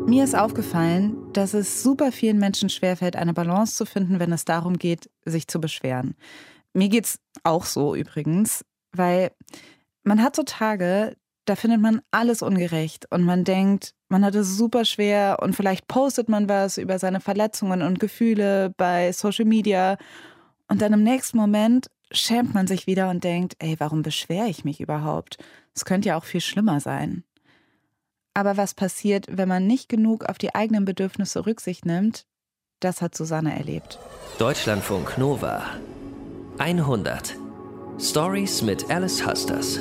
Mir ist aufgefallen, dass es super vielen Menschen schwerfällt, eine Balance zu finden, wenn es darum geht, sich zu beschweren. Mir geht's auch so übrigens, weil man hat so Tage, da findet man alles ungerecht und man denkt, man hat es super schwer und vielleicht postet man was über seine Verletzungen und Gefühle bei Social Media und dann im nächsten Moment schämt man sich wieder und denkt, ey, warum beschwere ich mich überhaupt? Es könnte ja auch viel schlimmer sein. Aber was passiert, wenn man nicht genug auf die eigenen Bedürfnisse Rücksicht nimmt, das hat Susanne erlebt. Deutschlandfunk Nova 100 Stories mit Alice Husters.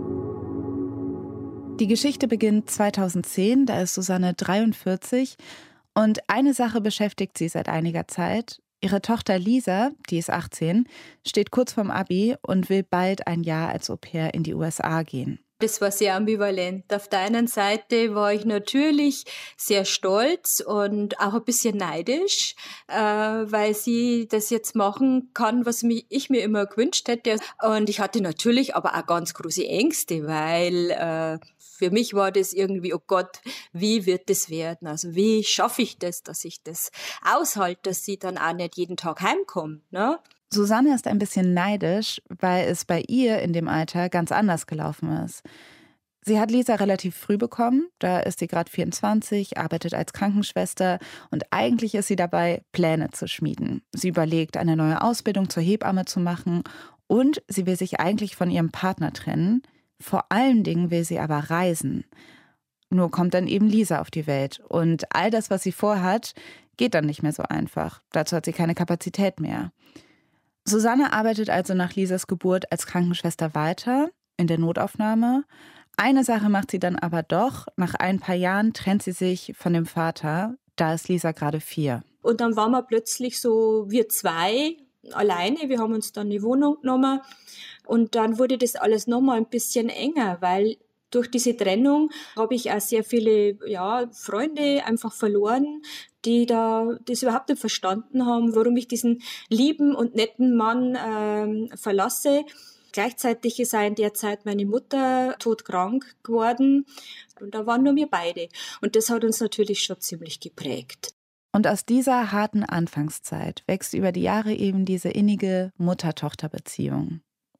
Die Geschichte beginnt 2010, da ist Susanne 43 und eine Sache beschäftigt sie seit einiger Zeit. Ihre Tochter Lisa, die ist 18, steht kurz vorm Abi und will bald ein Jahr als Au-pair in die USA gehen. Das war sehr ambivalent. Auf der einen Seite war ich natürlich sehr stolz und auch ein bisschen neidisch, weil sie das jetzt machen kann, was ich mir immer gewünscht hätte. Und ich hatte natürlich aber auch ganz große Ängste, weil für mich war das irgendwie, oh Gott, wie wird das werden? Also wie schaffe ich das, dass ich das aushalte, dass sie dann auch nicht jeden Tag heimkommt, ne? Susanne ist ein bisschen neidisch, weil es bei ihr in dem Alter ganz anders gelaufen ist. Sie hat Lisa relativ früh bekommen, da ist sie gerade 24, arbeitet als Krankenschwester und eigentlich ist sie dabei, Pläne zu schmieden. Sie überlegt, eine neue Ausbildung zur Hebamme zu machen und sie will sich eigentlich von ihrem Partner trennen. Vor allen Dingen will sie aber reisen. Nur kommt dann eben Lisa auf die Welt und all das, was sie vorhat, geht dann nicht mehr so einfach. Dazu hat sie keine Kapazität mehr. Susanne arbeitet also nach Lisas Geburt als Krankenschwester weiter in der Notaufnahme. Eine Sache macht sie dann aber doch. Nach ein paar Jahren trennt sie sich von dem Vater. Da ist Lisa gerade 4. Und dann waren wir plötzlich so, wir zwei alleine. Wir haben uns dann eine Wohnung genommen. Und dann wurde das alles nochmal ein bisschen enger, weil durch diese Trennung habe ich auch sehr viele Freunde einfach verloren, die da das überhaupt nicht verstanden haben, warum ich diesen lieben und netten Mann verlasse. Gleichzeitig ist auch in der Zeit meine Mutter todkrank geworden und da waren nur wir beide. Und das hat uns natürlich schon ziemlich geprägt. Und aus dieser harten Anfangszeit wächst über die Jahre eben diese innige Mutter-Tochter-Beziehung.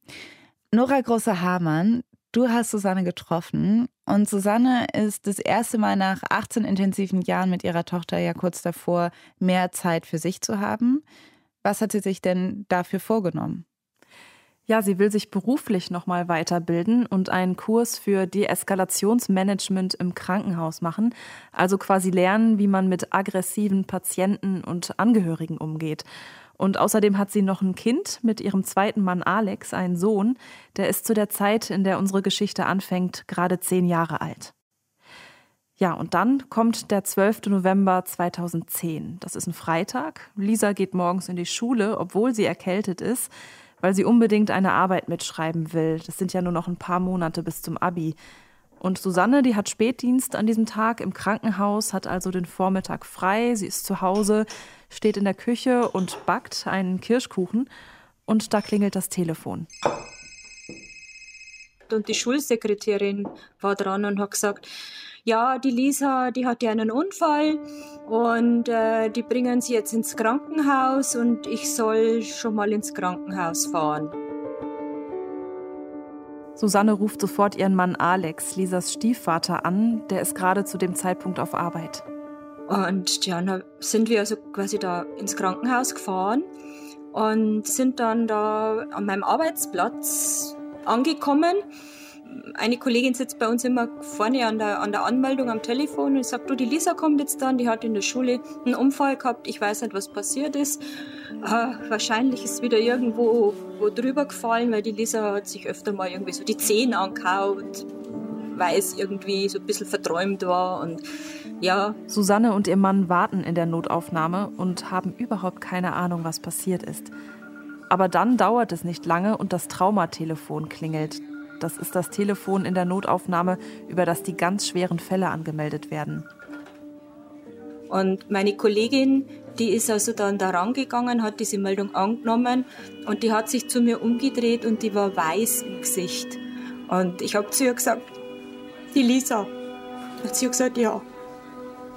Nora Große-Hamann, du hast Susanne getroffen und Susanne ist das erste Mal nach 18 intensiven Jahren mit ihrer Tochter ja kurz davor, mehr Zeit für sich zu haben. Was hat sie sich denn dafür vorgenommen? Ja, sie will sich beruflich nochmal weiterbilden und einen Kurs für Deeskalationsmanagement im Krankenhaus machen. Also quasi lernen, wie man mit aggressiven Patienten und Angehörigen umgeht. Und außerdem hat sie noch ein Kind mit ihrem zweiten Mann Alex, einen Sohn. Der ist zu der Zeit, in der unsere Geschichte anfängt, gerade 10 Jahre alt. Ja, und dann kommt der 12. November 2010. Das ist ein Freitag. Lisa geht morgens in die Schule, obwohl sie erkältet ist, weil sie unbedingt eine Arbeit mitschreiben will. Das sind ja nur noch ein paar Monate bis zum Abi. Und Susanne, die hat Spätdienst an diesem Tag im Krankenhaus, hat also den Vormittag frei. Sie ist zu Hause, steht in der Küche und backt einen Kirschkuchen. Und da klingelt das Telefon. Und die Schulsekretärin war dran und hat gesagt, ja, die Lisa, die hat ja einen Unfall und die bringen sie jetzt ins Krankenhaus und ich soll schon mal ins Krankenhaus fahren. Susanne ruft sofort ihren Mann Alex, Lisas Stiefvater, an. Der ist gerade zu dem Zeitpunkt auf Arbeit. Und ja, dann sind wir also quasi da ins Krankenhaus gefahren und sind dann da an meinem Arbeitsplatz angekommen. Eine Kollegin sitzt bei uns immer vorne an der Anmeldung am Telefon und sagt, du, die Lisa kommt jetzt dann, die hat in der Schule einen Unfall gehabt, ich weiß nicht, was passiert ist. Wahrscheinlich ist wieder irgendwo drüber gefallen, weil die Lisa hat sich öfter mal irgendwie so die Zähne angehaut, weil es irgendwie so ein bisschen verträumt war und ja. Susanne und ihr Mann warten in der Notaufnahme und haben überhaupt keine Ahnung, was passiert ist. Aber dann dauert es nicht lange und das Traumatelefon klingelt. Das ist das Telefon in der Notaufnahme, über das die ganz schweren Fälle angemeldet werden. Und meine Kollegin, die ist also dann da rangegangen, hat diese Meldung angenommen und die hat sich zu mir umgedreht und die war weiß im Gesicht. Und ich habe zu ihr gesagt, die Lisa. Hat sie gesagt, ja.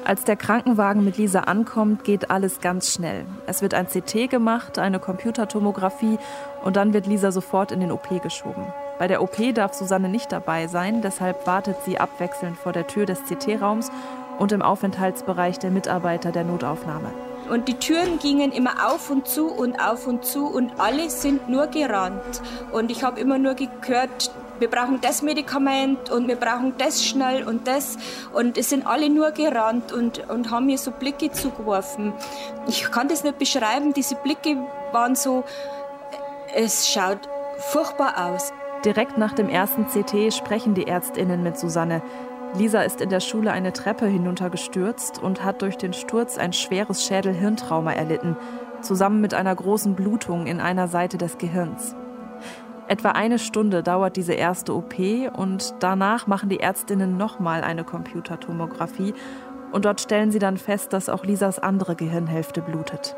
Als der Krankenwagen mit Lisa ankommt, geht alles ganz schnell. Es wird ein CT gemacht, eine Computertomographie und dann wird Lisa sofort in den OP geschoben. Bei der OP darf Susanne nicht dabei sein, deshalb wartet sie abwechselnd vor der Tür des CT-Raums und im Aufenthaltsbereich der Mitarbeiter der Notaufnahme. Und die Türen gingen immer auf und zu und alle sind nur gerannt. Und ich habe immer nur gehört, wir brauchen das Medikament und wir brauchen das schnell und das. Und es sind alle nur gerannt und haben mir so Blicke zugeworfen. Ich kann das nicht beschreiben, diese Blicke waren so, es schaut furchtbar aus. Direkt nach dem ersten CT sprechen die ÄrztInnen mit Susanne. Lisa ist in der Schule eine Treppe hinuntergestürzt und hat durch den Sturz ein schweres Schädel-Hirntrauma erlitten, zusammen mit einer großen Blutung in einer Seite des Gehirns. Etwa 1 Stunde dauert diese erste OP und danach machen die ÄrztInnen nochmal eine Computertomographie und dort stellen sie dann fest, dass auch Lisas andere Gehirnhälfte blutet.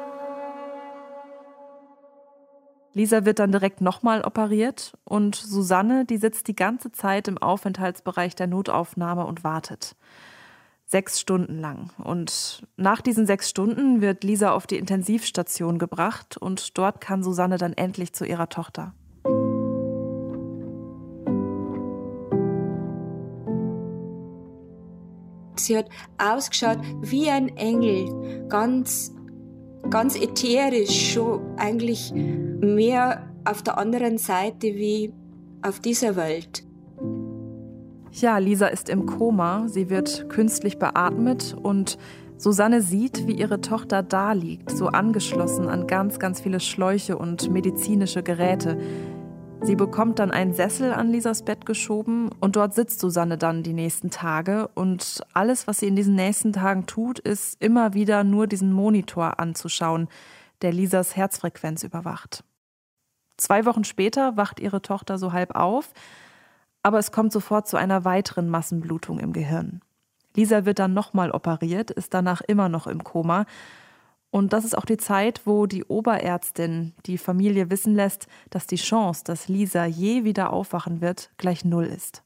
Lisa wird dann direkt nochmal operiert und Susanne, die sitzt die ganze Zeit im Aufenthaltsbereich der Notaufnahme und wartet. 6 Stunden lang. Und nach diesen 6 Stunden wird Lisa auf die Intensivstation gebracht und dort kann Susanne dann endlich zu ihrer Tochter. Sie hat ausgeschaut wie ein Engel, ganz ätherisch, schon eigentlich mehr auf der anderen Seite wie auf dieser Welt. Ja, Lisa ist im Koma, sie wird künstlich beatmet und Susanne sieht, wie ihre Tochter da liegt, so angeschlossen an ganz, ganz viele Schläuche und medizinische Geräte. Sie bekommt dann einen Sessel an Lisas Bett geschoben und dort sitzt Susanne dann die nächsten Tage und alles, was sie in diesen nächsten Tagen tut, ist immer wieder nur diesen Monitor anzuschauen, der Lisas Herzfrequenz überwacht. 2 Wochen später wacht ihre Tochter so halb auf, aber es kommt sofort zu einer weiteren Massenblutung im Gehirn. Lisa wird dann nochmal operiert, ist danach immer noch im Koma. Und das ist auch die Zeit, wo die Oberärztin die Familie wissen lässt, dass die Chance, dass Lisa je wieder aufwachen wird, gleich 0 ist.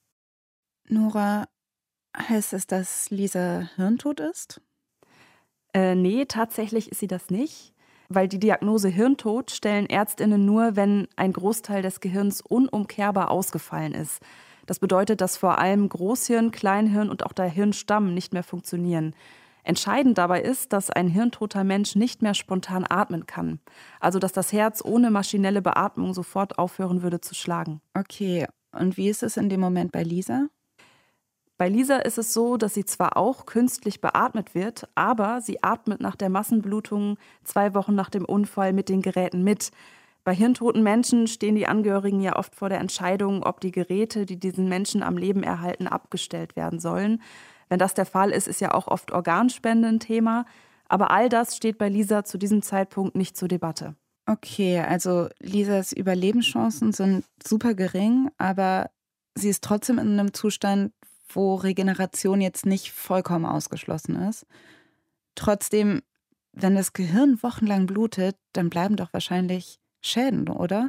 Nora, heißt es, dass Lisa hirntot ist? Nee, tatsächlich ist sie das nicht. Weil die Diagnose Hirntod stellen ÄrztInnen nur, wenn ein Großteil des Gehirns unumkehrbar ausgefallen ist. Das bedeutet, dass vor allem Großhirn, Kleinhirn und auch der Hirnstamm nicht mehr funktionieren. Entscheidend dabei ist, dass ein hirntoter Mensch nicht mehr spontan atmen kann. Also dass das Herz ohne maschinelle Beatmung sofort aufhören würde zu schlagen. Okay, und wie ist es in dem Moment bei Lisa? Bei Lisa ist es so, dass sie zwar auch künstlich beatmet wird, aber sie atmet nach der Massenblutung 2 Wochen nach dem Unfall mit den Geräten mit. Bei hirntoten Menschen stehen die Angehörigen ja oft vor der Entscheidung, ob die Geräte, die diesen Menschen am Leben erhalten, abgestellt werden sollen. Wenn das der Fall ist, ist ja auch oft Organspende ein Thema. Aber all das steht bei Lisa zu diesem Zeitpunkt nicht zur Debatte. Okay, also Lisas Überlebenschancen sind super gering, aber sie ist trotzdem in einem Zustand, wo Regeneration jetzt nicht vollkommen ausgeschlossen ist. Trotzdem, wenn das Gehirn wochenlang blutet, dann bleiben doch wahrscheinlich Schäden, oder?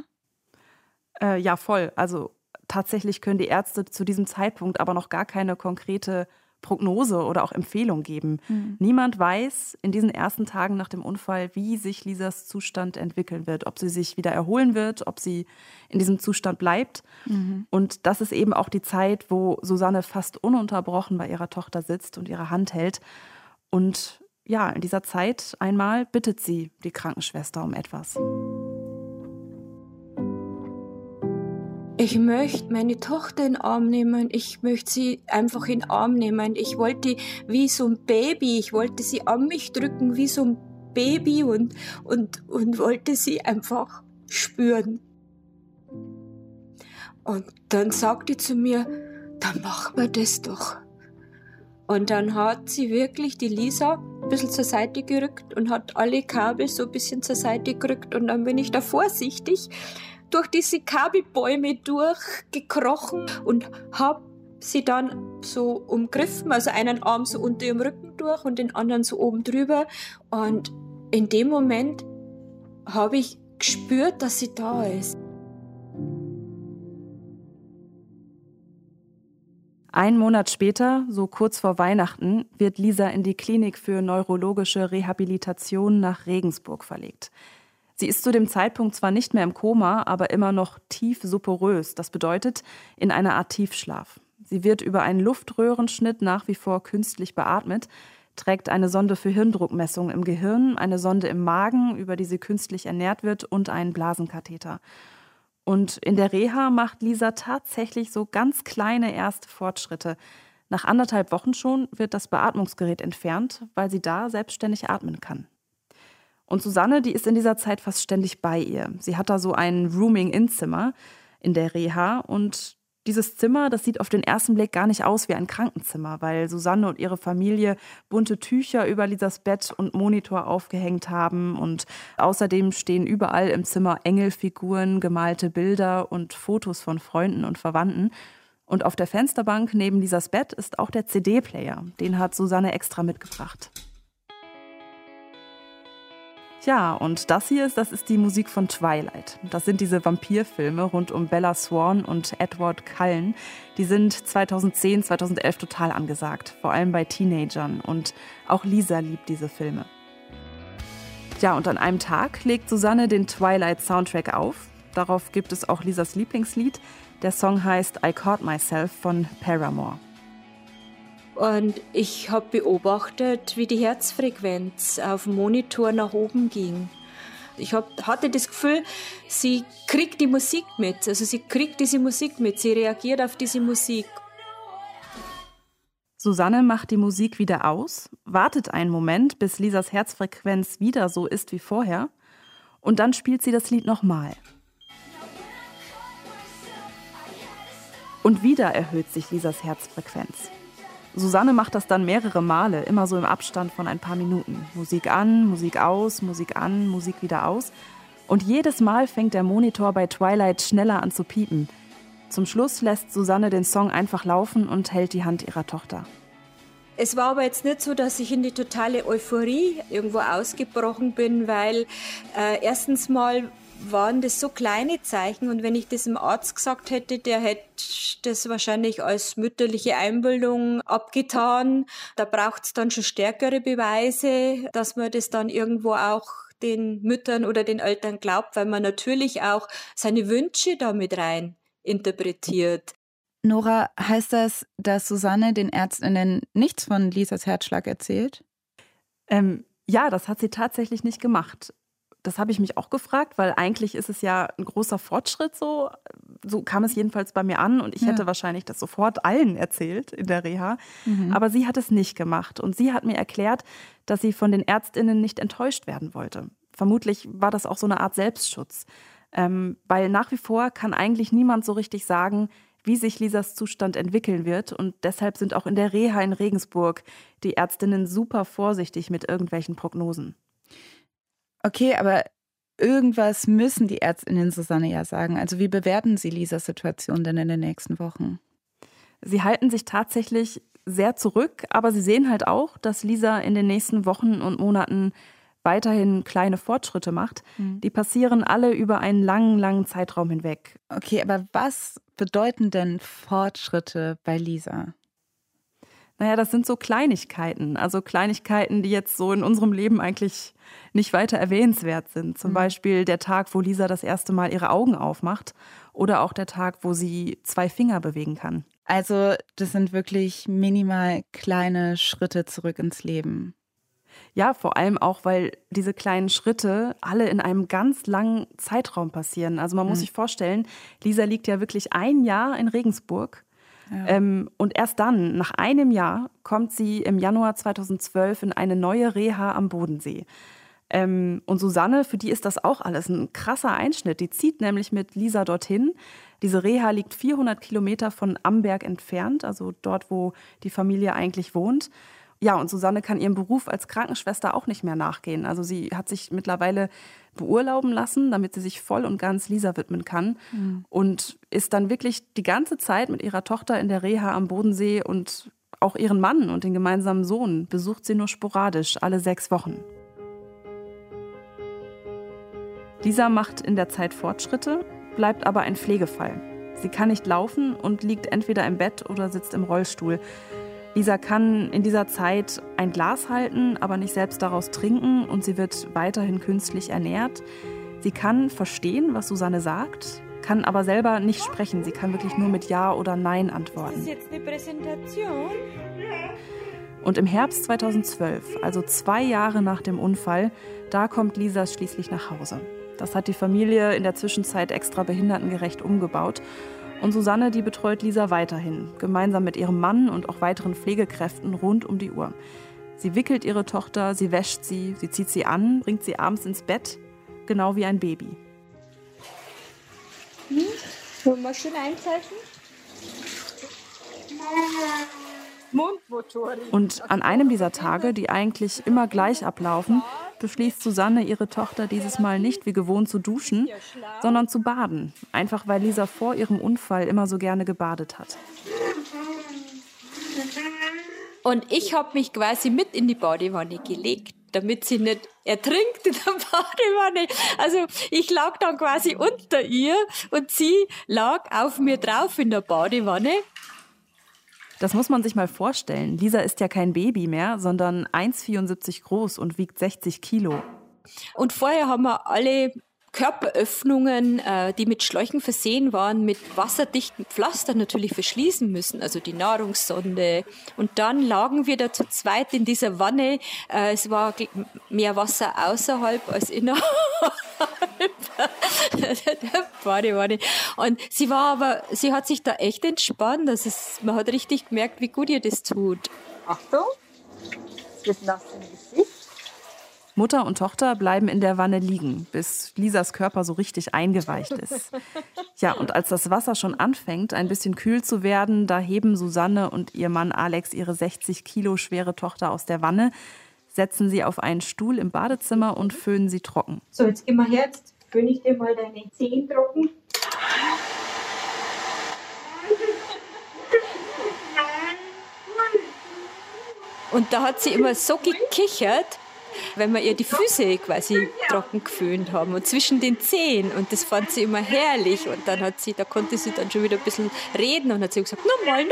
Ja, voll. Also tatsächlich können die Ärzte zu diesem Zeitpunkt aber noch gar keine konkrete Prognose oder auch Empfehlung geben. Niemand weiß in diesen ersten Tagen nach dem Unfall, wie sich Lisas Zustand entwickeln wird, ob sie sich wieder erholen wird, ob sie in diesem Zustand bleibt. Und das ist eben auch die Zeit, wo Susanne fast ununterbrochen bei ihrer Tochter sitzt und ihre Hand hält. Und ja, in dieser Zeit einmal bittet sie die Krankenschwester um etwas. Ich möchte meine Tochter in den Arm nehmen. Ich möchte sie einfach in den Arm nehmen. Ich wollte wie so ein Baby. Ich wollte sie an mich drücken wie so ein Baby und wollte sie einfach spüren. Und dann sagte sie zu mir, dann machen wir das doch. Und dann hat sie wirklich die Lisa ein bisschen zur Seite gerückt und hat alle Kabel so ein bisschen zur Seite gerückt. Und dann bin ich da vorsichtig durch diese Kabelbäume durchgekrochen und habe sie dann so umgriffen, also einen Arm so unter ihrem Rücken durch und den anderen so oben drüber. Und in dem Moment habe ich gespürt, dass sie da ist. Einen Monat später, so kurz vor Weihnachten, wird Lisa in die Klinik für neurologische Rehabilitation nach Regensburg verlegt. Sie ist zu dem Zeitpunkt zwar nicht mehr im Koma, aber immer noch tief subporös. Das bedeutet in einer Art Tiefschlaf. Sie wird über einen Luftröhrenschnitt nach wie vor künstlich beatmet, trägt eine Sonde für Hirndruckmessung im Gehirn, eine Sonde im Magen, über die sie künstlich ernährt wird, und einen Blasenkatheter. Und in der Reha macht Lisa tatsächlich so ganz kleine erste Fortschritte. Nach 1,5 Wochen schon wird das Beatmungsgerät entfernt, weil sie da selbstständig atmen kann. Und Susanne, die ist in dieser Zeit fast ständig bei ihr. Sie hat da so ein Rooming-In-Zimmer in der Reha. Und dieses Zimmer, das sieht auf den ersten Blick gar nicht aus wie ein Krankenzimmer, weil Susanne und ihre Familie bunte Tücher über Lisas Bett und Monitor aufgehängt haben. Und außerdem stehen überall im Zimmer Engelfiguren, gemalte Bilder und Fotos von Freunden und Verwandten. Und auf der Fensterbank neben Lisas Bett ist auch der CD-Player. Den hat Susanne extra mitgebracht. Ja, und das ist die Musik von Twilight. Das sind diese Vampirfilme rund um Bella Swan und Edward Cullen. Die sind 2010, 2011 total angesagt, vor allem bei Teenagern. Und auch Lisa liebt diese Filme. Ja, und an einem Tag legt Susanne den Twilight-Soundtrack auf. Darauf gibt es auch Lisas Lieblingslied. Der Song heißt I Caught Myself von Paramore. Und ich habe beobachtet, wie die Herzfrequenz auf dem Monitor nach oben ging. Ich hatte das Gefühl, sie kriegt die Musik mit. Also sie kriegt diese Musik mit, sie reagiert auf diese Musik. Susanne macht die Musik wieder aus, wartet einen Moment, bis Lisas Herzfrequenz wieder so ist wie vorher. Und dann spielt sie das Lied nochmal. Und wieder erhöht sich Lisas Herzfrequenz. Susanne macht das dann mehrere Male, immer so im Abstand von ein paar Minuten. Musik an, Musik aus, Musik an, Musik wieder aus. Und jedes Mal fängt der Monitor bei Twilight schneller an zu piepen. Zum Schluss lässt Susanne den Song einfach laufen und hält die Hand ihrer Tochter. Es war aber jetzt nicht so, dass ich in die totale Euphorie irgendwo ausgebrochen bin, weil erstens mal waren das so kleine Zeichen, und wenn ich das dem Arzt gesagt hätte, der hätte das wahrscheinlich als mütterliche Einbildung abgetan. Da braucht es dann schon stärkere Beweise, dass man das dann irgendwo auch den Müttern oder den Eltern glaubt, weil man natürlich auch seine Wünsche da mit rein interpretiert. Nora, heißt das, dass Susanne den ÄrztInnen nichts von Lisas Herzschlag erzählt? Ja, das hat sie tatsächlich nicht gemacht. Das habe ich mich auch gefragt, weil eigentlich ist es ja ein großer Fortschritt so. So kam es jedenfalls bei mir an, und ich hätte wahrscheinlich das sofort allen erzählt in der Reha. Aber sie hat es nicht gemacht, und sie hat mir erklärt, dass sie von den ÄrztInnen nicht enttäuscht werden wollte. Vermutlich war das auch so eine Art Selbstschutz, weil nach wie vor kann eigentlich niemand so richtig sagen, wie sich Lisas Zustand entwickeln wird, und deshalb sind auch in der Reha in Regensburg die Ärztinnen super vorsichtig mit irgendwelchen Prognosen. Okay, aber irgendwas müssen die ÄrztInnen Susanne ja sagen. Also wie bewerten Sie Lisas Situation denn in den nächsten Wochen? Sie halten sich tatsächlich sehr zurück, aber sie sehen halt auch, dass Lisa in den nächsten Wochen und Monaten weiterhin kleine Fortschritte macht. Die passieren alle über einen langen, langen Zeitraum hinweg. Okay, aber was bedeuten denn Fortschritte bei Lisa? Naja, das sind so Kleinigkeiten. Also Kleinigkeiten, die jetzt so in unserem Leben eigentlich nicht weiter erwähnenswert sind. Zum Beispiel der Tag, wo Lisa das erste Mal ihre Augen aufmacht, oder auch der Tag, wo sie 2 Finger bewegen kann. Also das sind wirklich minimal kleine Schritte zurück ins Leben. Ja, vor allem auch, weil diese kleinen Schritte alle in einem ganz langen Zeitraum passieren. Also man muss sich vorstellen, Lisa liegt ja wirklich 1 Jahr in Regensburg. Ja. Und erst dann, nach einem Jahr, kommt sie im Januar 2012 in eine neue Reha am Bodensee. Und Susanne, für die ist das auch alles ein krasser Einschnitt. Die zieht nämlich mit Lisa dorthin. Diese Reha liegt 400 Kilometer von Amberg entfernt, also dort, wo die Familie eigentlich wohnt. Ja, und Susanne kann ihrem Beruf als Krankenschwester auch nicht mehr nachgehen. Also sie hat sich mittlerweile beurlauben lassen, damit sie sich voll und ganz Lisa widmen kann. Und ist dann wirklich die ganze Zeit mit ihrer Tochter in der Reha am Bodensee, und auch ihren Mann und den gemeinsamen Sohn besucht sie nur sporadisch, alle 6 Wochen. Lisa macht in der Zeit Fortschritte, bleibt aber ein Pflegefall. Sie kann nicht laufen und liegt entweder im Bett oder sitzt im Rollstuhl. Lisa kann in dieser Zeit ein Glas halten, aber nicht selbst daraus trinken und sie wird weiterhin künstlich ernährt. Sie kann verstehen, was Susanne sagt, kann aber selber nicht sprechen. Sie kann wirklich nur mit Ja oder Nein antworten. Ist das jetzt eine Präsentation? Und im Herbst 2012, also 2 Jahre nach dem Unfall, da kommt Lisa schließlich nach Hause. Das hat die Familie in der Zwischenzeit extra behindertengerecht umgebaut. Und Susanne, die betreut Lisa weiterhin, gemeinsam mit ihrem Mann und auch weiteren Pflegekräften rund um die Uhr. Sie wickelt ihre Tochter, sie wäscht sie zieht sie an, bringt sie abends ins Bett, genau wie ein Baby. Wollen wir schön einzeichnen? Mundmotorik. Und an einem dieser Tage, die eigentlich immer gleich ablaufen, beschließt Susanne, ihre Tochter dieses Mal nicht wie gewohnt zu duschen, sondern zu baden. Einfach weil Lisa vor ihrem Unfall immer so gerne gebadet hat. Und ich habe mich quasi mit in die Badewanne gelegt, damit sie nicht ertrinkt in der Badewanne. Also ich lag dann quasi unter ihr und sie lag auf mir drauf in der Badewanne. Das muss man sich mal vorstellen. Lisa ist ja kein Baby mehr, sondern 1,74 groß und wiegt 60 Kilo. Und vorher haben wir alle Körperöffnungen, die mit Schläuchen versehen waren, mit wasserdichten Pflastern natürlich verschließen müssen, also die Nahrungssonde. Und dann lagen wir da zu zweit in dieser Wanne. Es war mehr Wasser außerhalb als innerhalb der Badewanne. Und sie hat sich da echt entspannt. Also man hat richtig gemerkt, wie gut ihr das tut. Achtung, es wird nass im Gesicht. Mutter und Tochter bleiben in der Wanne liegen, bis Lisas Körper so richtig eingeweicht ist. Ja, und als das Wasser schon anfängt, ein bisschen kühl zu werden, da heben Susanne und ihr Mann Alex ihre 60 Kilo schwere Tochter aus der Wanne, setzen sie auf einen Stuhl im Badezimmer und föhnen sie trocken. So, jetzt geh mal her, jetzt föhne ich dir mal deine Zehen trocken. Und da hat sie immer so gekichert, wenn wir ihr die Füße quasi trocken geföhnt haben und zwischen den Zehen. Und das fand sie immer herrlich. Und dann da konnte sie dann schon wieder ein bisschen reden und hat sie gesagt, nochmal.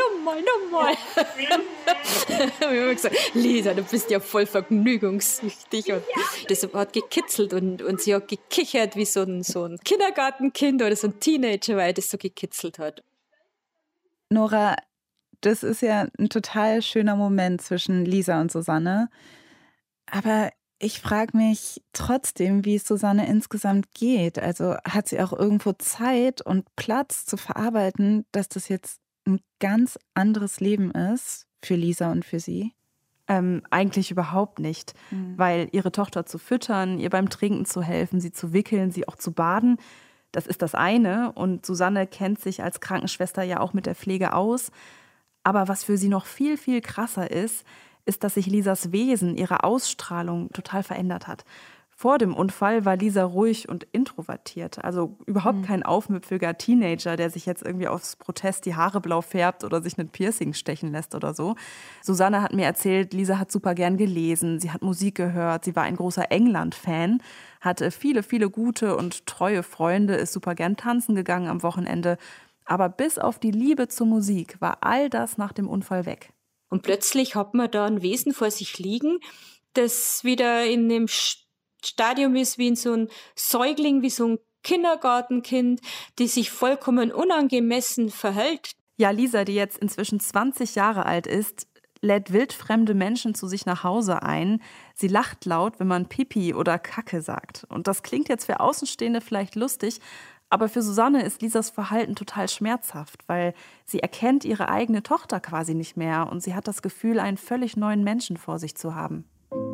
Und ich habe immer gesagt, Lisa, du bist ja voll vergnügungssüchtig. Und das hat gekitzelt und sie hat gekichert wie so ein Kindergartenkind oder so ein Teenager, weil das so gekitzelt hat. Nora, das ist ja ein total schöner Moment zwischen Lisa und Susanne. Aber ich frage mich trotzdem, wie es Susanne insgesamt geht. Also hat sie auch irgendwo Zeit und Platz zu verarbeiten, dass das jetzt ein ganz anderes Leben ist für Lisa und für sie? Eigentlich überhaupt nicht, weil ihre Tochter zu füttern, ihr beim Trinken zu helfen, sie zu wickeln, sie auch zu baden, das ist das eine. Und Susanne kennt sich als Krankenschwester ja auch mit der Pflege aus. Aber was für sie noch viel, viel krasser ist, dass sich Lisas Wesen, ihre Ausstrahlung total verändert hat. Vor dem Unfall war Lisa ruhig und introvertiert, also überhaupt kein aufmüpfiger Teenager, der sich jetzt irgendwie aus Protest die Haare blau färbt oder sich ein Piercing stechen lässt oder so. Susanne hat mir erzählt, Lisa hat super gern gelesen, sie hat Musik gehört, sie war ein großer England-Fan, hatte viele, viele gute und treue Freunde, ist super gern tanzen gegangen am Wochenende. Aber bis auf die Liebe zur Musik war all das nach dem Unfall weg. Und plötzlich hat man da ein Wesen vor sich liegen, das wieder in dem Stadium ist wie so ein Säugling, wie so ein Kindergartenkind, die sich vollkommen unangemessen verhält. Ja, Lisa, die jetzt inzwischen 20 Jahre alt ist, lädt wildfremde Menschen zu sich nach Hause ein. Sie lacht laut, wenn man Pipi oder Kacke sagt. Und das klingt jetzt für Außenstehende vielleicht lustig, aber für Susanne ist Lisas Verhalten total schmerzhaft, weil sie erkennt ihre eigene Tochter quasi nicht mehr und sie hat das Gefühl, einen völlig neuen Menschen vor sich zu haben.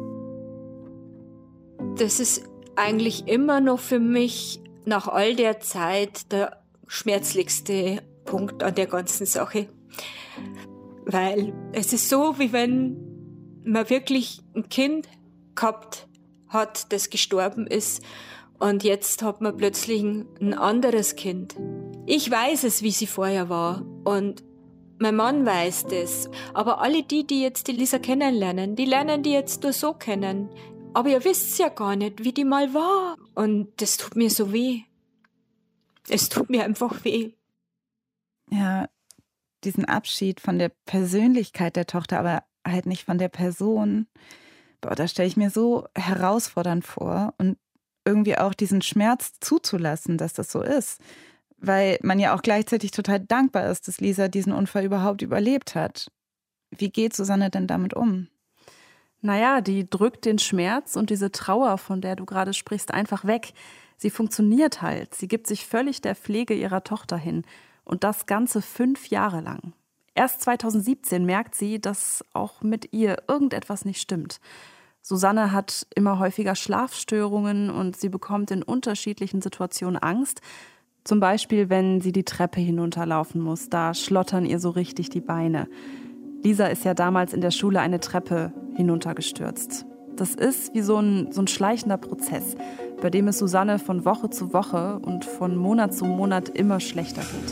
Das ist eigentlich immer noch für mich nach all der Zeit der schmerzlichste Punkt an der ganzen Sache. Weil es ist so, wie wenn man wirklich ein Kind gehabt hat, das gestorben ist. Und jetzt hat man plötzlich ein anderes Kind. Ich weiß es, wie sie vorher war. Und mein Mann weiß das. Aber alle die jetzt die Lisa kennenlernen, die lernen die jetzt nur so kennen. Aber ihr wisst ja gar nicht, wie die mal war. Und das tut mir so weh. Es tut mir einfach weh. Ja, diesen Abschied von der Persönlichkeit der Tochter, aber halt nicht von der Person. Boah, das stelle ich mir so herausfordernd vor und irgendwie auch diesen Schmerz zuzulassen, dass das so ist. Weil man ja auch gleichzeitig total dankbar ist, dass Lisa diesen Unfall überhaupt überlebt hat. Wie geht Susanne denn damit um? Naja, die drückt den Schmerz und diese Trauer, von der du gerade sprichst, einfach weg. Sie funktioniert halt. Sie gibt sich völlig der Pflege ihrer Tochter hin. Und das Ganze 5 Jahre lang. Erst 2017 merkt sie, dass auch mit ihr irgendetwas nicht stimmt. Susanne hat immer häufiger Schlafstörungen und sie bekommt in unterschiedlichen Situationen Angst. Zum Beispiel, wenn sie die Treppe hinunterlaufen muss. Da schlottern ihr so richtig die Beine. Lisa ist ja damals in der Schule eine Treppe hinuntergestürzt. Das ist wie so ein schleichender Prozess, bei dem es Susanne von Woche zu Woche und von Monat zu Monat immer schlechter geht.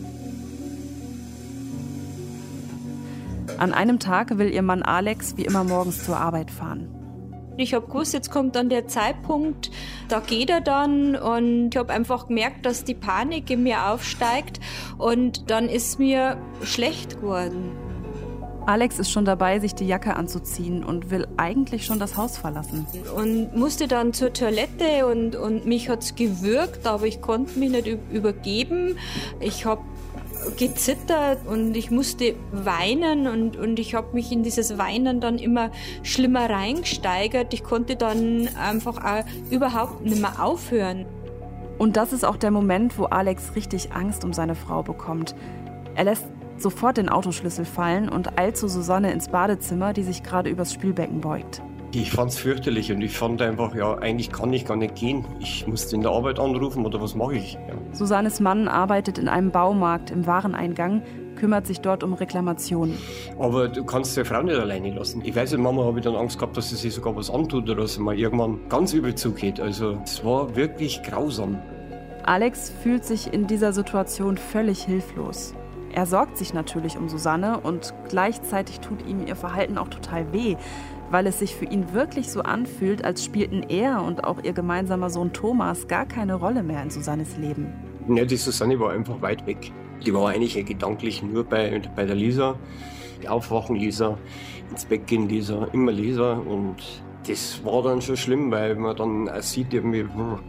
An einem Tag will ihr Mann Alex wie immer morgens zur Arbeit fahren. Ich habe gewusst, jetzt kommt dann der Zeitpunkt, da geht er dann und ich habe einfach gemerkt, dass die Panik in mir aufsteigt und dann ist mir schlecht geworden. Alex ist schon dabei, sich die Jacke anzuziehen und will eigentlich schon das Haus verlassen. Und musste dann zur Toilette und mich hat es gewürgt, aber ich konnte mich nicht übergeben. Ich habe gezittert und ich musste weinen und ich habe mich in dieses Weinen dann immer schlimmer reingesteigert. Ich konnte dann einfach auch überhaupt nicht mehr aufhören. Und das ist auch der Moment, wo Alex richtig Angst um seine Frau bekommt. Er lässt sofort den Autoschlüssel fallen und eilt zu Susanne ins Badezimmer, die sich gerade übers Spülbecken beugt. Ich fand's fürchterlich und ich fand einfach, ja, eigentlich kann ich gar nicht gehen. Ich musste in der Arbeit anrufen oder was mache ich? Ja. Susannes Mann arbeitet in einem Baumarkt im Wareneingang, kümmert sich dort um Reklamationen. Aber du kannst deine Frau nicht alleine lassen. Ich weiß nicht, Mama habe ich dann Angst gehabt, dass sie sich sogar was antut oder dass sie mal irgendwann ganz übel zugeht. Also es war wirklich grausam. Alex fühlt sich in dieser Situation völlig hilflos. Er sorgt sich natürlich um Susanne und gleichzeitig tut ihm ihr Verhalten auch total weh, weil es sich für ihn wirklich so anfühlt, als spielten er und auch ihr gemeinsamer Sohn Thomas gar keine Rolle mehr in Susannes Leben. Ja, die Susanne war einfach weit weg. Die war eigentlich gedanklich nur bei der Lisa. Aufwachen Lisa, ins Bett gehen Lisa, immer Lisa. Und das war dann schon schlimm, weil man dann auch sieht, irgendwie,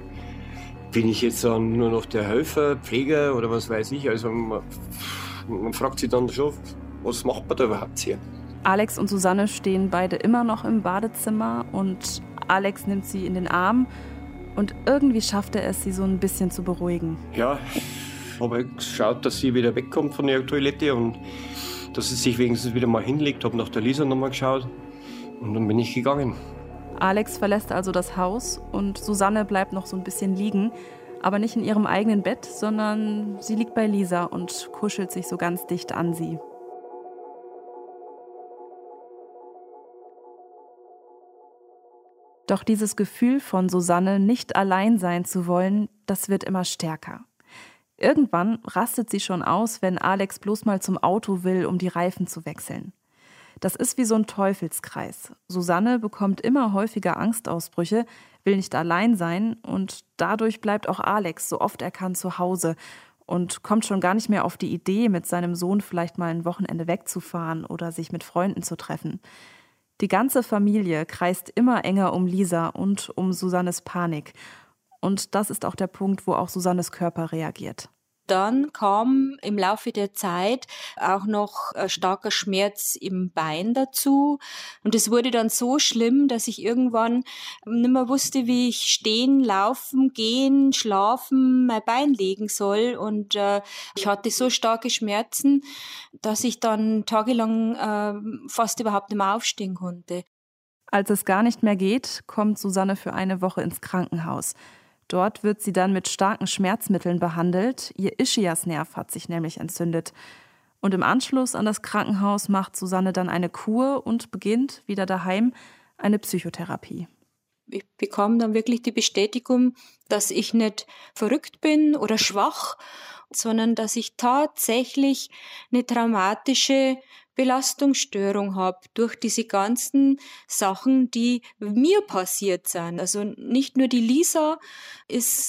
bin ich jetzt nur noch der Helfer, Pfleger oder was weiß ich. Also man fragt sich dann schon, was macht man da überhaupt hier? Alex und Susanne stehen beide immer noch im Badezimmer und Alex nimmt sie in den Arm und irgendwie schafft er es, sie so ein bisschen zu beruhigen. Ja, habe geschaut, dass sie wieder wegkommt von der Toilette und dass sie sich wenigstens wieder mal hinlegt. Habe nach der Lisa nochmal geschaut und dann bin ich gegangen. Alex verlässt also das Haus und Susanne bleibt noch so ein bisschen liegen, aber nicht in ihrem eigenen Bett, sondern sie liegt bei Lisa und kuschelt sich so ganz dicht an sie. Doch dieses Gefühl von Susanne, nicht allein sein zu wollen, das wird immer stärker. Irgendwann rastet sie schon aus, wenn Alex bloß mal zum Auto will, um die Reifen zu wechseln. Das ist wie so ein Teufelskreis. Susanne bekommt immer häufiger Angstausbrüche, will nicht allein sein und dadurch bleibt auch Alex so oft er kann zu Hause und kommt schon gar nicht mehr auf die Idee, mit seinem Sohn vielleicht mal ein Wochenende wegzufahren oder sich mit Freunden zu treffen. Die ganze Familie kreist immer enger um Lisa und um Susannes Panik. Und das ist auch der Punkt, wo auch Susannes Körper reagiert. Dann kam im Laufe der Zeit auch noch ein starker Schmerz im Bein dazu. Und es wurde dann so schlimm, dass ich irgendwann nicht mehr wusste, wie ich stehen, laufen, gehen, schlafen, mein Bein legen soll. Und ich hatte so starke Schmerzen, dass ich dann tagelang fast überhaupt nicht mehr aufstehen konnte. Als es gar nicht mehr geht, kommt Susanne für eine Woche ins Krankenhaus. Dort wird sie dann mit starken Schmerzmitteln behandelt. Ihr Ischiasnerv hat sich nämlich entzündet. Und im Anschluss an das Krankenhaus macht Susanne dann eine Kur und beginnt wieder daheim eine Psychotherapie. Ich bekam dann wirklich die Bestätigung, dass ich nicht verrückt bin oder schwach, sondern dass ich tatsächlich eine traumatische Belastungsstörung habe durch diese ganzen Sachen, die mir passiert sind. Also nicht nur die Lisa ist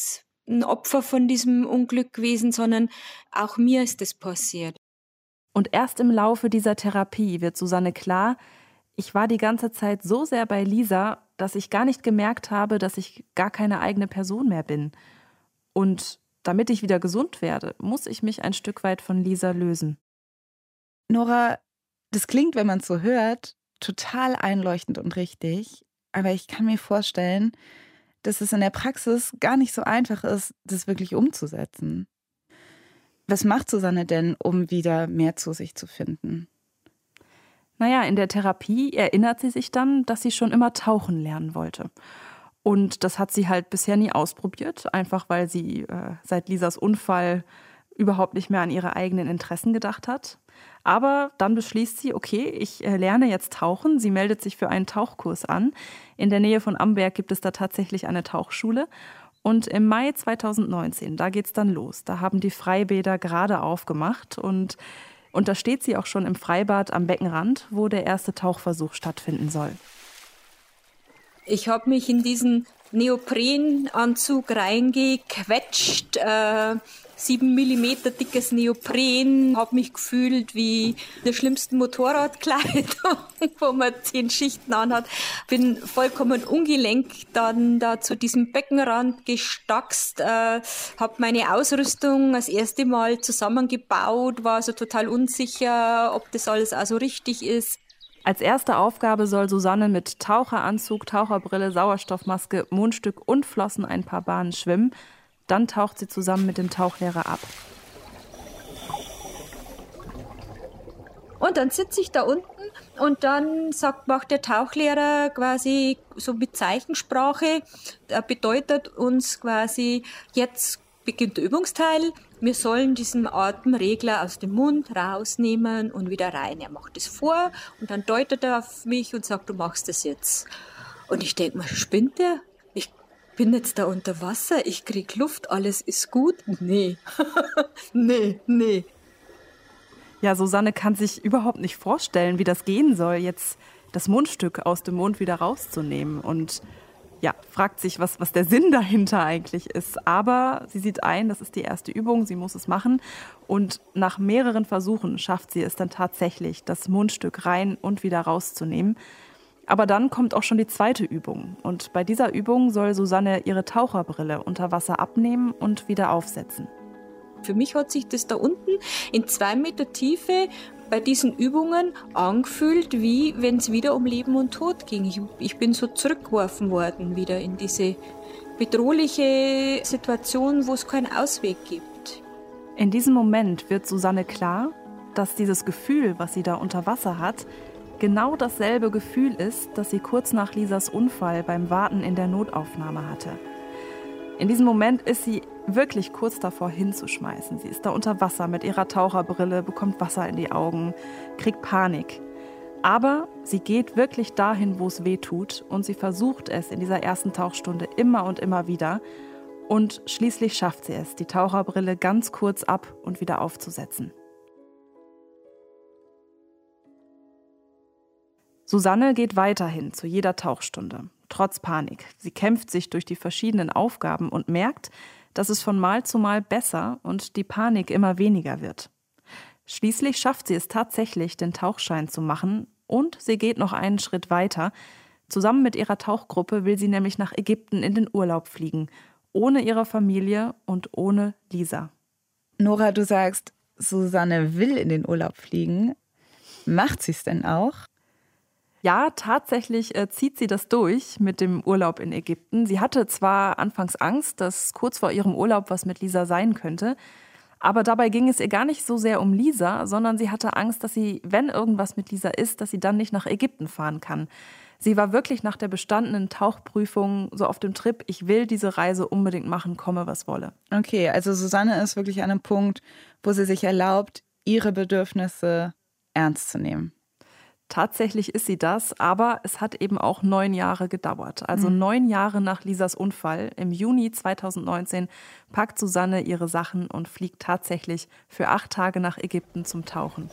ein Opfer von diesem Unglück gewesen, sondern auch mir ist das passiert. Und erst im Laufe dieser Therapie wird Susanne klar, ich war die ganze Zeit so sehr bei Lisa, dass ich gar nicht gemerkt habe, dass ich gar keine eigene Person mehr bin. Und damit ich wieder gesund werde, muss ich mich ein Stück weit von Lisa lösen. Nora, das klingt, wenn man es so hört, total einleuchtend und richtig. Aber ich kann mir vorstellen, dass es in der Praxis gar nicht so einfach ist, das wirklich umzusetzen. Was macht Susanne denn, um wieder mehr zu sich zu finden? Naja, in der Therapie erinnert sie sich dann, dass sie schon immer tauchen lernen wollte. Und das hat sie halt bisher nie ausprobiert, einfach weil sie seit Lisas Unfall überhaupt nicht mehr an ihre eigenen Interessen gedacht hat. Aber dann beschließt sie, okay, ich lerne jetzt tauchen. Sie meldet sich für einen Tauchkurs an. In der Nähe von Amberg gibt es da tatsächlich eine Tauchschule. Und im Mai 2019, da geht's dann los. Da haben die Freibäder gerade aufgemacht und da steht sie auch schon im Freibad am Beckenrand, wo der erste Tauchversuch stattfinden soll. Ich habe mich in diesen Neoprenanzug reingequetscht, 7 Millimeter dickes Neopren, habe mich gefühlt wie in der schlimmsten Motorradkleidung, wo man 10 Schichten anhat. Bin vollkommen ungelenkt dann da zu diesem Beckenrand gestackst, habe meine Ausrüstung das erste Mal zusammengebaut, war so total unsicher, ob das alles also richtig ist. Als erste Aufgabe soll Susanne mit Taucheranzug, Taucherbrille, Sauerstoffmaske, Mundstück und Flossen ein paar Bahnen schwimmen. Dann taucht sie zusammen mit dem Tauchlehrer ab. Und dann sitze ich da unten und dann macht der Tauchlehrer quasi so mit Zeichensprache, bedeutet uns quasi, jetzt beginnt der Übungsteil. Wir sollen diesen Atemregler aus dem Mund rausnehmen und wieder rein. Er macht es vor und dann deutet er auf mich und sagt, du machst das jetzt. Und ich denke mir, spinnt der? Ich bin jetzt da unter Wasser, ich krieg Luft, alles ist gut? Nee. Nee. Ja, Susanne kann sich überhaupt nicht vorstellen, wie das gehen soll, jetzt das Mundstück aus dem Mund wieder rauszunehmen. Und ja, fragt sich, was der Sinn dahinter eigentlich ist. Aber sie sieht ein, das ist die erste Übung, sie muss es machen. Und nach mehreren Versuchen schafft sie es dann tatsächlich, das Mundstück rein und wieder rauszunehmen. Aber dann kommt auch schon die zweite Übung. Und bei dieser Übung soll Susanne ihre Taucherbrille unter Wasser abnehmen und wieder aufsetzen. Für mich hat sich das da unten in 2 Meter Tiefe bei diesen Übungen angefühlt, wie wenn es wieder um Leben und Tod ging. Ich bin so zurückgeworfen worden wieder in diese bedrohliche Situation, wo es keinen Ausweg gibt. In diesem Moment wird Susanne klar, dass dieses Gefühl, was sie da unter Wasser hat, genau dasselbe Gefühl ist, das sie kurz nach Lisas Unfall beim Warten in der Notaufnahme hatte. In diesem Moment ist sie wirklich kurz davor hinzuschmeißen. Sie ist da unter Wasser mit ihrer Taucherbrille, bekommt Wasser in die Augen, kriegt Panik. Aber sie geht wirklich dahin, wo es weh tut und sie versucht es in dieser ersten Tauchstunde immer und immer wieder. Und schließlich schafft sie es, die Taucherbrille ganz kurz ab und wieder aufzusetzen. Susanne geht weiterhin zu jeder Tauchstunde, trotz Panik. Sie kämpft sich durch die verschiedenen Aufgaben und merkt, dass es von Mal zu Mal besser und die Panik immer weniger wird. Schließlich schafft sie es tatsächlich, den Tauchschein zu machen und sie geht noch einen Schritt weiter. Zusammen mit ihrer Tauchgruppe will sie nämlich nach Ägypten in den Urlaub fliegen, ohne ihre Familie und ohne Lisa. Nora, du sagst, Susanne will in den Urlaub fliegen. Macht sie es denn auch? Ja, tatsächlich zieht sie das durch mit dem Urlaub in Ägypten. Sie hatte zwar anfangs Angst, dass kurz vor ihrem Urlaub was mit Lisa sein könnte, aber dabei ging es ihr gar nicht so sehr um Lisa, sondern sie hatte Angst, dass sie, wenn irgendwas mit Lisa ist, dass sie dann nicht nach Ägypten fahren kann. Sie war wirklich nach der bestandenen Tauchprüfung so auf dem Trip, ich will diese Reise unbedingt machen, komme was wolle. Okay, also Susanne ist wirklich an einem Punkt, wo sie sich erlaubt, ihre Bedürfnisse ernst zu nehmen. Tatsächlich ist sie das, aber es hat eben auch 9 Jahre gedauert. Also 9 Jahre nach Lisas Unfall, im Juni 2019, packt Susanne ihre Sachen und fliegt tatsächlich für 8 Tage nach Ägypten zum Tauchen.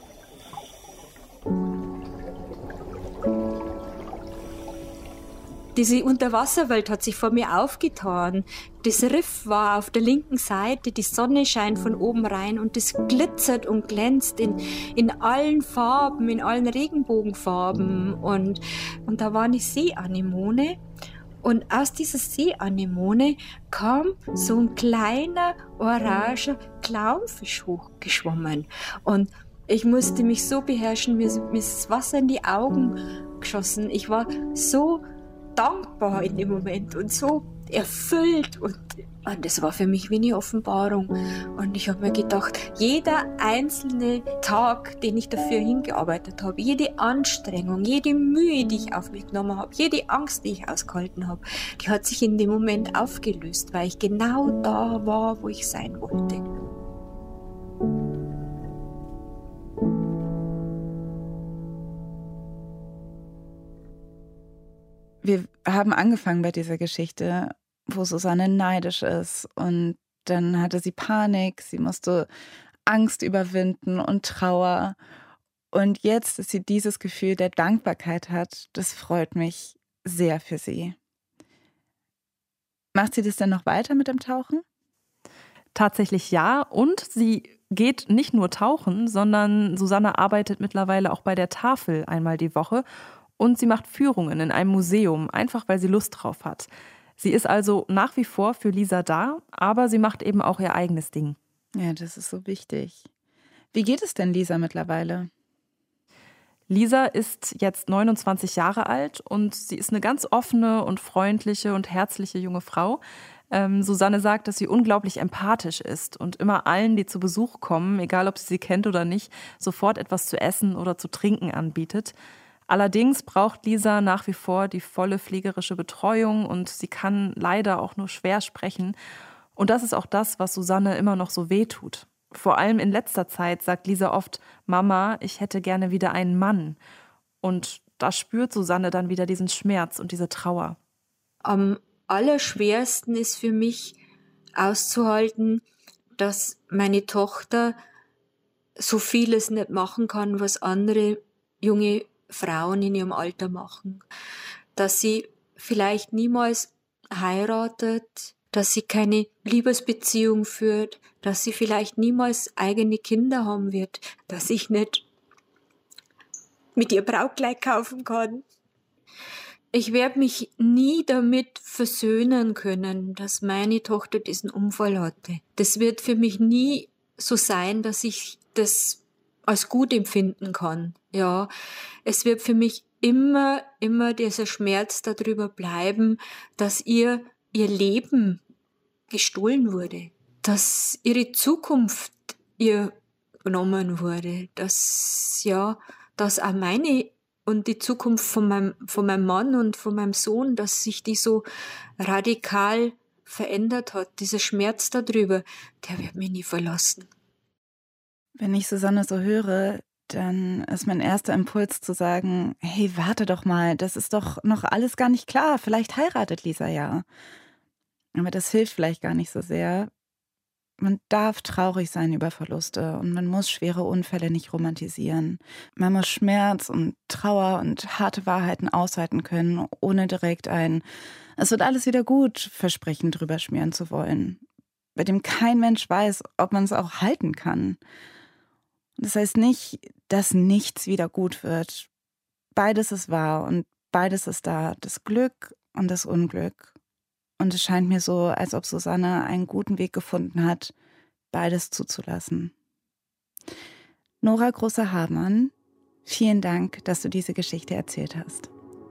Diese Unterwasserwelt hat sich vor mir aufgetan. Das Riff war auf der linken Seite, die Sonne scheint von oben rein und es glitzert und glänzt in allen Farben, in allen Regenbogenfarben. Und da war eine Seeanemone. Und aus dieser Seeanemone kam so ein kleiner, oranger Clownfisch hochgeschwommen. Und ich musste mich so beherrschen, mir ist das Wasser in die Augen geschossen. Ich war so dankbar in dem Moment und so erfüllt. Und das war für mich wie eine Offenbarung. Und ich habe mir gedacht, jeder einzelne Tag, den ich dafür hingearbeitet habe, jede Anstrengung, jede Mühe, die ich auf mich genommen habe, jede Angst, die ich ausgehalten habe, die hat sich in dem Moment aufgelöst, weil ich genau da war, wo ich sein wollte. Wir haben angefangen bei dieser Geschichte, wo Susanne neidisch ist und dann hatte sie Panik, sie musste Angst überwinden und Trauer und jetzt, dass sie dieses Gefühl der Dankbarkeit hat, das freut mich sehr für sie. Macht sie das denn noch weiter mit dem Tauchen? Tatsächlich ja, und sie geht nicht nur tauchen, sondern Susanne arbeitet mittlerweile auch bei der Tafel einmal die Woche. Und sie macht Führungen in einem Museum, einfach weil sie Lust drauf hat. Sie ist also nach wie vor für Lisa da, aber sie macht eben auch ihr eigenes Ding. Ja, das ist so wichtig. Wie geht es denn Lisa mittlerweile? Lisa ist jetzt 29 Jahre alt und sie ist eine ganz offene und freundliche und herzliche junge Frau. Susanne sagt, dass sie unglaublich empathisch ist und immer allen, die zu Besuch kommen, egal ob sie kennt oder nicht, sofort etwas zu essen oder zu trinken anbietet. Allerdings braucht Lisa nach wie vor die volle pflegerische Betreuung und sie kann leider auch nur schwer sprechen. Und das ist auch das, was Susanne immer noch so wehtut. Vor allem in letzter Zeit sagt Lisa oft, Mama, ich hätte gerne wieder einen Mann. Und da spürt Susanne dann wieder diesen Schmerz und diese Trauer. Am allerschwersten ist für mich auszuhalten, dass meine Tochter so vieles nicht machen kann, was andere junge Frauen in ihrem Alter machen. Dass sie vielleicht niemals heiratet, dass sie keine Liebesbeziehung führt, dass sie vielleicht niemals eigene Kinder haben wird, dass ich nicht mit ihr Brautkleid kaufen kann. Ich werde mich nie damit versöhnen können, dass meine Tochter diesen Unfall hatte. Das wird für mich nie so sein, dass ich das als gut empfinden kann. Ja, es wird für mich immer dieser Schmerz darüber bleiben, dass ihr Leben gestohlen wurde, dass ihre Zukunft ihr genommen wurde, dass auch meine und die Zukunft von meinem Mann und von meinem Sohn, dass sich die so radikal verändert hat. Dieser Schmerz darüber, der wird mich nie verlassen. Wenn ich Susanne so höre, dann ist mein erster Impuls zu sagen, hey, warte doch mal, das ist doch noch alles gar nicht klar. Vielleicht heiratet Lisa ja. Aber das hilft vielleicht gar nicht so sehr. Man darf traurig sein über Verluste und man muss schwere Unfälle nicht romantisieren. Man muss Schmerz und Trauer und harte Wahrheiten aushalten können, ohne direkt es wird alles wieder gut Versprechen drüber schmieren zu wollen, bei dem kein Mensch weiß, ob man es auch halten kann. Das heißt nicht, dass nichts wieder gut wird. Beides ist wahr und beides ist da, das Glück und das Unglück. Und es scheint mir so, als ob Susanne einen guten Weg gefunden hat, beides zuzulassen. Nora Große-Hamann, vielen Dank, dass du diese Geschichte erzählt hast.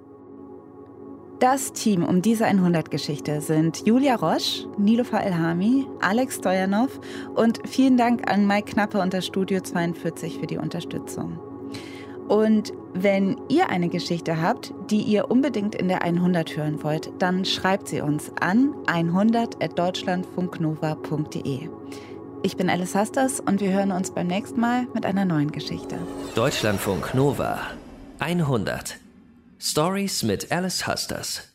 Das Team um diese 100-Geschichte sind Julia Roche, Niloufar Elhami, Alex Stojanov und vielen Dank an Mike Knappe und das Studio 42 für die Unterstützung. Und wenn ihr eine Geschichte habt, die ihr unbedingt in der 100 hören wollt, dann schreibt sie uns an 100@deutschlandfunknova.de. Ich bin Alice Hasters und wir hören uns beim nächsten Mal mit einer neuen Geschichte. Deutschlandfunk Nova 100 Stories mit Alice Hasters.